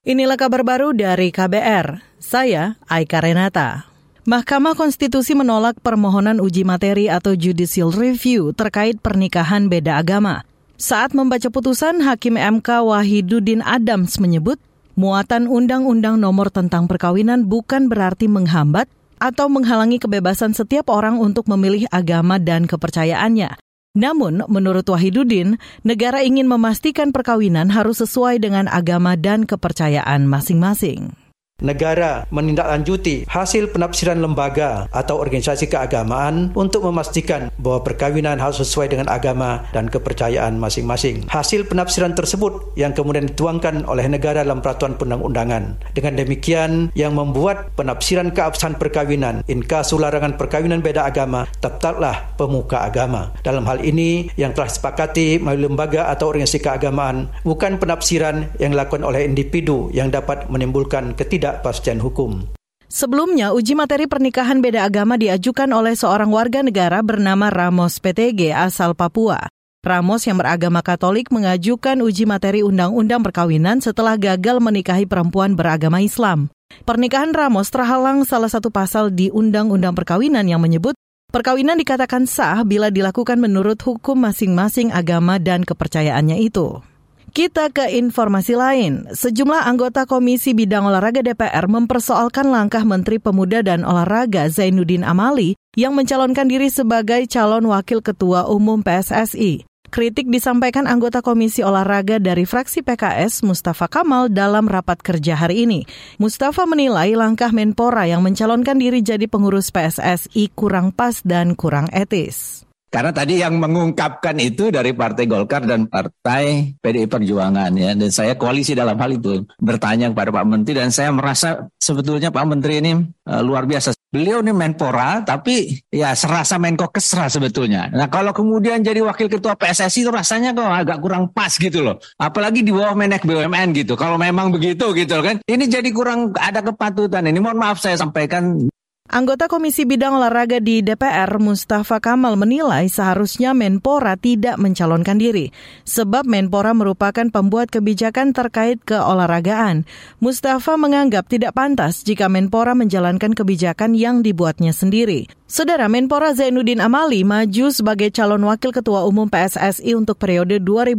Inilah kabar baru dari KBR. Saya Aika Renata. Mahkamah Konstitusi menolak permohonan uji materi atau judicial review terkait pernikahan beda agama. Saat membaca putusan, Hakim MK Wahidudin Adams menyebut, muatan Undang-Undang Nomor tentang Perkawinan bukan berarti menghambat atau menghalangi kebebasan setiap orang untuk memilih agama dan kepercayaannya. Namun, menurut Wahidudin, negara ingin memastikan perkawinan harus sesuai dengan agama dan kepercayaan masing-masing. Negara menindaklanjuti hasil penafsiran lembaga atau organisasi keagamaan untuk memastikan bahwa perkawinan harus sesuai dengan agama dan kepercayaan masing-masing. Hasil penafsiran tersebut yang kemudian dituangkan oleh negara dalam peraturan perundang-undangan. Dengan demikian, yang membuat penafsiran keabsahan perkawinan, inkasu larangan perkawinan beda agama, tetaplah pemuka agama. Dalam hal ini, yang telah disepakati melalui lembaga atau organisasi keagamaan, bukan penafsiran yang dilakukan oleh individu yang dapat menimbulkan ketidakpastian hukum. Sebelumnya, uji materi pernikahan beda agama diajukan oleh seorang warga negara bernama Ramos PTG asal Papua. Ramos yang beragama Katolik mengajukan uji materi undang-undang perkawinan setelah gagal menikahi perempuan beragama Islam. Pernikahan Ramos terhalang salah satu pasal di Undang-Undang Perkawinan yang menyebut perkawinan dikatakan sah bila dilakukan menurut hukum masing-masing agama dan kepercayaannya itu. Kita ke informasi lain. Sejumlah anggota Komisi Bidang Olahraga DPR mempersoalkan langkah Menteri Pemuda dan Olahraga Zainuddin Amali yang mencalonkan diri sebagai calon wakil ketua umum PSSI. Kritik disampaikan anggota Komisi Olahraga dari fraksi PKS Mustafa Kamal dalam rapat kerja hari ini. Mustafa menilai langkah Menpora yang mencalonkan diri jadi pengurus PSSI kurang pas dan kurang etis. Karena tadi yang mengungkapkan itu dari Partai Golkar dan Partai PDI Perjuangan ya, dan saya koalisi dalam hal itu bertanya kepada Pak Menteri dan saya merasa sebetulnya Pak Menteri ini luar biasa. Beliau ini Menpora tapi ya serasa Menko Kesra sebetulnya. Nah kalau kemudian jadi wakil ketua PSSI itu rasanya kok agak kurang pas gitu loh. Apalagi di bawah Menek BUMN gitu. Kalau memang begitu gitu kan. Ini jadi kurang ada kepatutan. Ini mohon maaf saya sampaikan. Anggota Komisi Bidang Olahraga di DPR, Mustafa Kamal menilai seharusnya Menpora tidak mencalonkan diri, sebab Menpora merupakan pembuat kebijakan terkait keolahragaan. Mustafa menganggap tidak pantas jika Menpora menjalankan kebijakan yang dibuatnya sendiri. Saudara, Menpora Zainuddin Amali maju sebagai calon wakil ketua umum PSSI untuk periode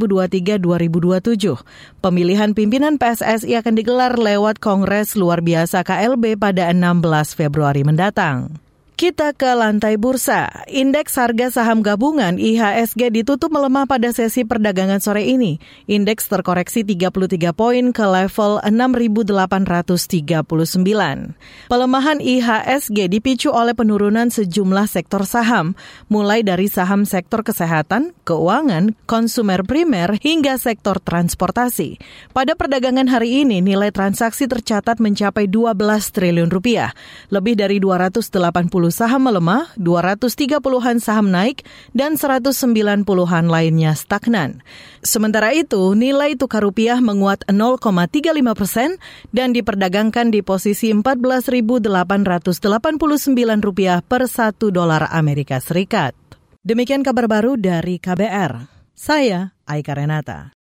2023-2027. Pemilihan pimpinan PSSI akan digelar lewat Kongres Luar Biasa KLB pada 16 Februari mendatang. Kita ke lantai bursa. Indeks harga saham gabungan IHSG ditutup melemah pada sesi perdagangan sore ini. Indeks terkoreksi 33 poin ke level 6.839. Pelemahan IHSG dipicu oleh penurunan sejumlah sektor saham, mulai dari saham sektor kesehatan, keuangan, konsumer primer, hingga sektor transportasi. Pada perdagangan hari ini, nilai transaksi tercatat mencapai 12 triliun rupiah. Lebih dari 280 saham melemah, 230-an saham naik, dan 190-an lainnya stagnan. Sementara itu, nilai tukar rupiah menguat 0,35% dan diperdagangkan di posisi Rp14.889 per $1 Amerika Serikat. Demikian kabar baru dari KBR. Saya Aika Renata.